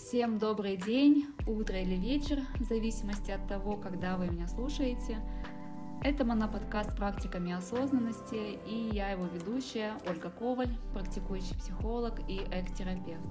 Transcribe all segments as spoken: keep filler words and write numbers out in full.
Всем добрый день, утро или вечер, в зависимости от того, когда вы меня слушаете. Это моноподкаст «Практиками осознанности», и я его ведущая Ольга Коваль, практикующий психолог и эк-терапевт.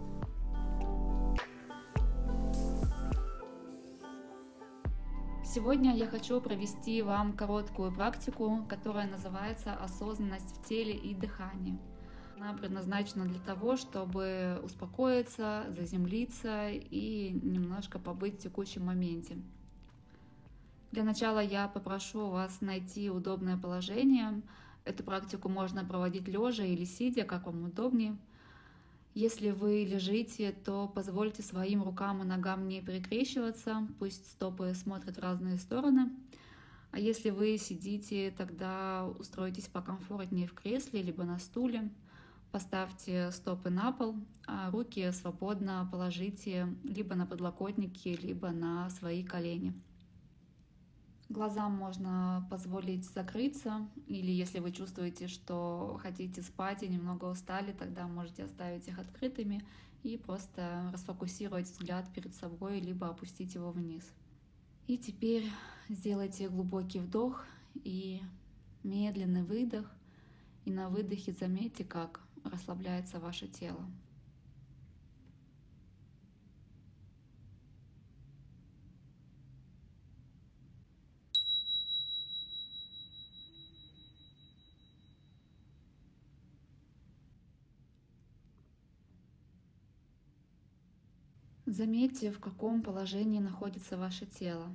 Сегодня я хочу провести вам короткую практику, которая называется «Осознанность в теле и дыхании». Она предназначена для того, чтобы успокоиться, заземлиться и немножко побыть в текущем моменте. Для начала я попрошу вас найти удобное положение. Эту практику можно проводить лежа или сидя, как вам удобнее. Если вы лежите, то позвольте своим рукам и ногам не перекрещиваться, пусть стопы смотрят в разные стороны. А если вы сидите, тогда устройтесь покомфортнее в кресле либо на стуле. Поставьте стопы на пол, а руки свободно положите либо на подлокотники, либо на свои колени. Глазам можно позволить закрыться, или если вы чувствуете, что хотите спать и немного устали, тогда можете оставить их открытыми и просто расфокусировать взгляд перед собой, либо опустить его вниз. И теперь сделайте глубокий вдох и медленный выдох. И на выдохе заметьте, как расслабляется ваше тело. Заметьте, в каком положении находится ваше тело.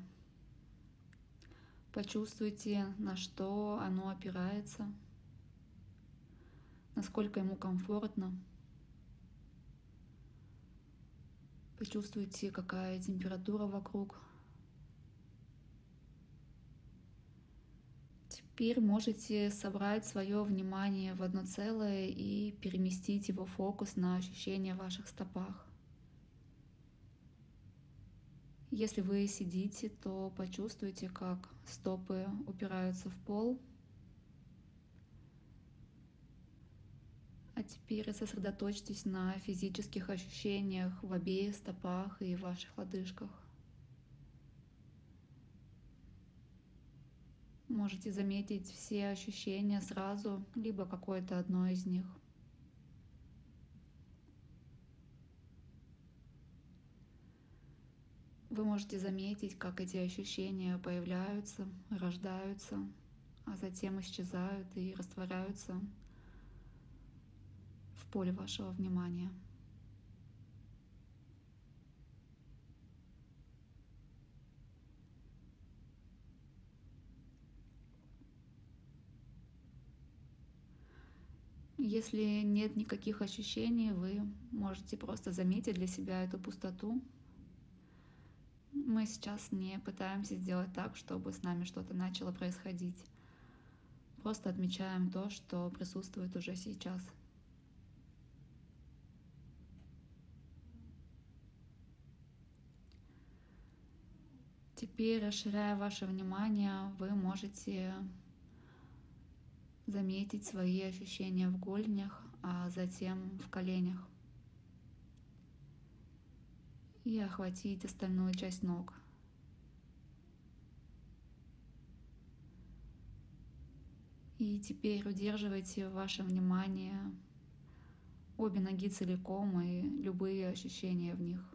Почувствуйте, на что оно опирается, насколько ему комфортно. Почувствуйте, какая температура вокруг. Теперь можете собрать свое внимание в одно целое и переместить его фокус на ощущения в ваших стопах. Если вы сидите, то почувствуйте, как стопы упираются в пол. А теперь сосредоточьтесь на физических ощущениях в обеих стопах и в ваших лодыжках. Можете заметить все ощущения сразу, либо какое-то одно из них. Вы можете заметить, как эти ощущения появляются, рождаются, а затем исчезают и растворяются в поле вашего внимания. Если нет никаких ощущений, вы можете просто заметить для себя эту пустоту. Мы сейчас не пытаемся сделать так, чтобы с нами что-то начало происходить. Просто отмечаем то, что присутствует уже сейчас. Теперь, расширяя ваше внимание, вы можете заметить свои ощущения в голенях, а затем в коленях. И охватить остальную часть ног. И теперь удерживайте ваше внимание обе ноги целиком и любые ощущения в них.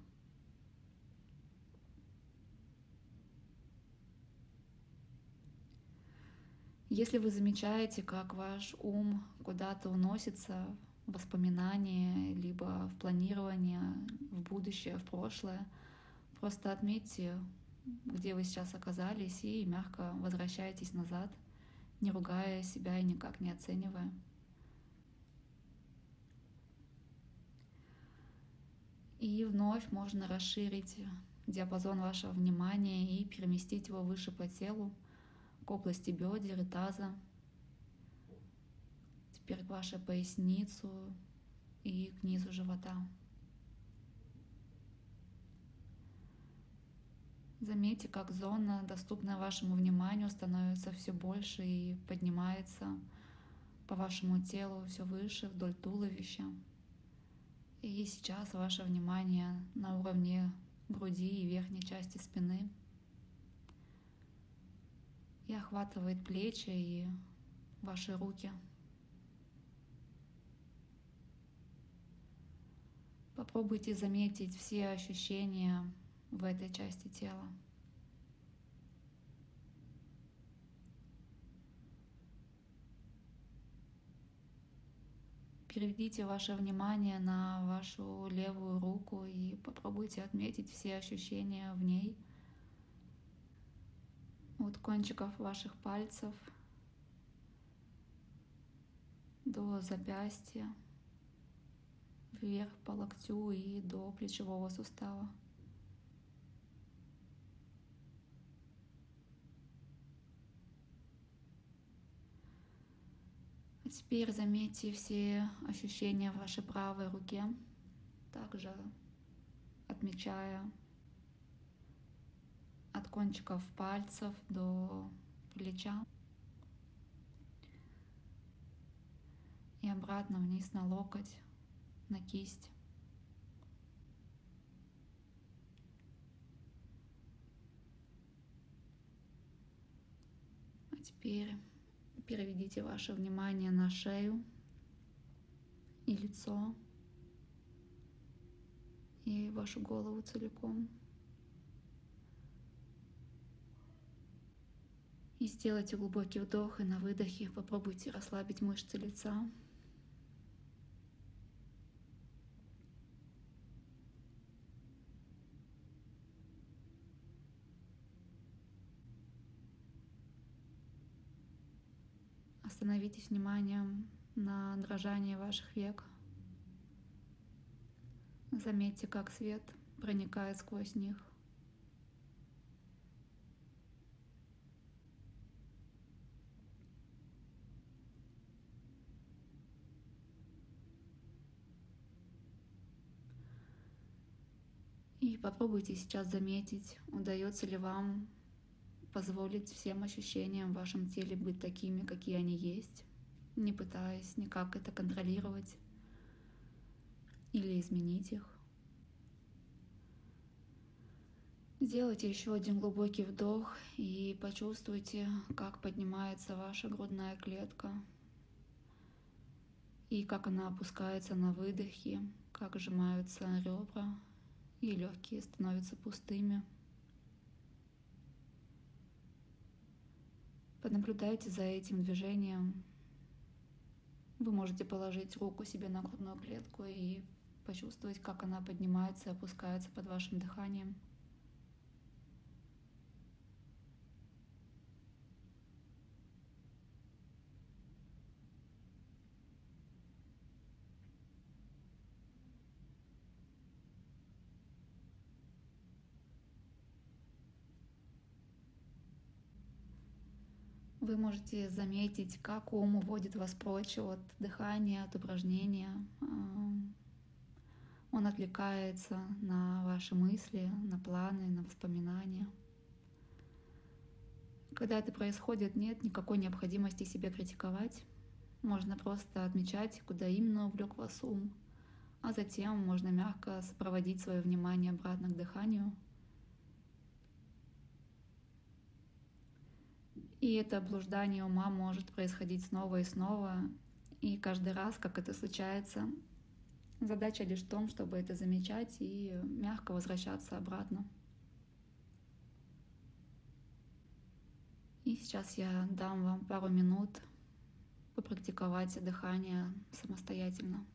Если вы замечаете, как ваш ум куда-то уносится в воспоминания, либо в планирование, в будущее, в прошлое, просто отметьте, где вы сейчас оказались, и мягко возвращайтесь назад, не ругая себя и никак не оценивая. И вновь можно расширить диапазон вашего внимания и переместить его выше по телу, к области бедер и таза, теперь к вашей поясницу и к низу живота. Заметьте, как зона, доступная вашему вниманию, становится все больше и поднимается по вашему телу все выше, вдоль туловища. И сейчас ваше внимание на уровне груди и верхней части спины и охватывает плечи и ваши руки. Попробуйте заметить все ощущения в этой части тела. Переведите ваше внимание на вашу левую руку и попробуйте отметить все ощущения в ней. От кончиков ваших пальцев до запястья, вверх по локтю и до плечевого сустава. А теперь заметьте все ощущения в вашей правой руке, также отмечая от кончиков пальцев до плеча и обратно вниз на локоть, на кисть. А теперь переведите ваше внимание на шею и лицо, и вашу голову целиком. И сделайте глубокий вдох, и на выдохе попробуйте расслабить мышцы лица. Остановитесь вниманием на дрожании ваших век. Заметьте, как свет проникает сквозь них. И попробуйте сейчас заметить, удается ли вам позволить всем ощущениям в вашем теле быть такими, какие они есть, не пытаясь никак это контролировать или изменить их. Сделайте еще один глубокий вдох и почувствуйте, как поднимается ваша грудная клетка и как она опускается на выдохе, как сжимаются ребра и легкие становятся пустыми. Понаблюдайте за этим движением. Вы можете положить руку себе на грудную клетку и почувствовать, как она поднимается и опускается под вашим дыханием. Вы можете заметить, как ум уводит вас прочь от дыхания, от упражнения. Он отвлекается на ваши мысли, на планы, на воспоминания. Когда это происходит, нет никакой необходимости себя критиковать. Можно просто отмечать, куда именно увлек вас ум, а затем можно мягко сопроводить свое внимание обратно к дыханию. И это блуждание ума может происходить снова и снова, и каждый раз, как это случается, задача лишь в том, чтобы это замечать и мягко возвращаться обратно. И сейчас я дам вам пару минут попрактиковать дыхание самостоятельно.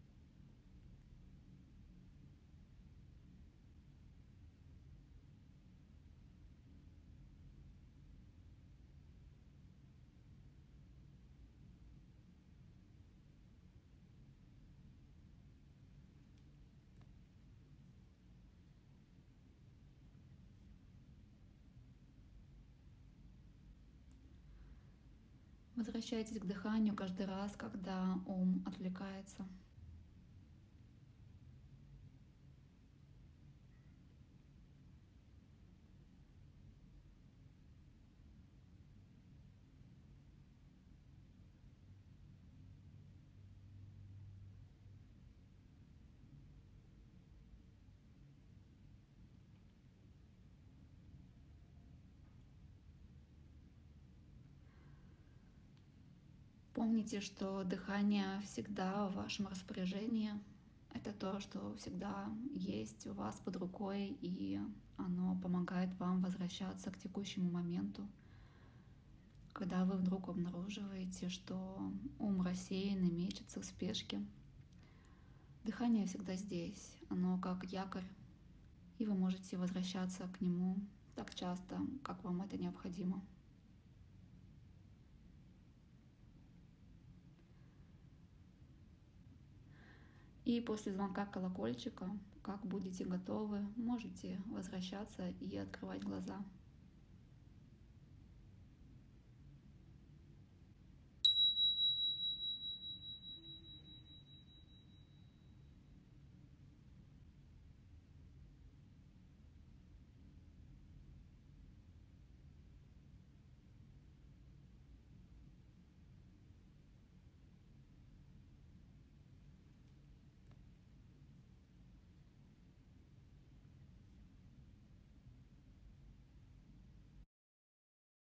Возвращайтесь к дыханию каждый раз, когда ум отвлекается. Помните, что дыхание всегда в вашем распоряжении. Это то, что всегда есть у вас под рукой, и оно помогает вам возвращаться к текущему моменту. Когда вы вдруг обнаруживаете, что ум рассеян и мечется в спешке, дыхание всегда здесь, оно как якорь, и вы можете возвращаться к нему так часто, как вам это необходимо. И после звонка колокольчика, как будете готовы, можете возвращаться и открывать глаза.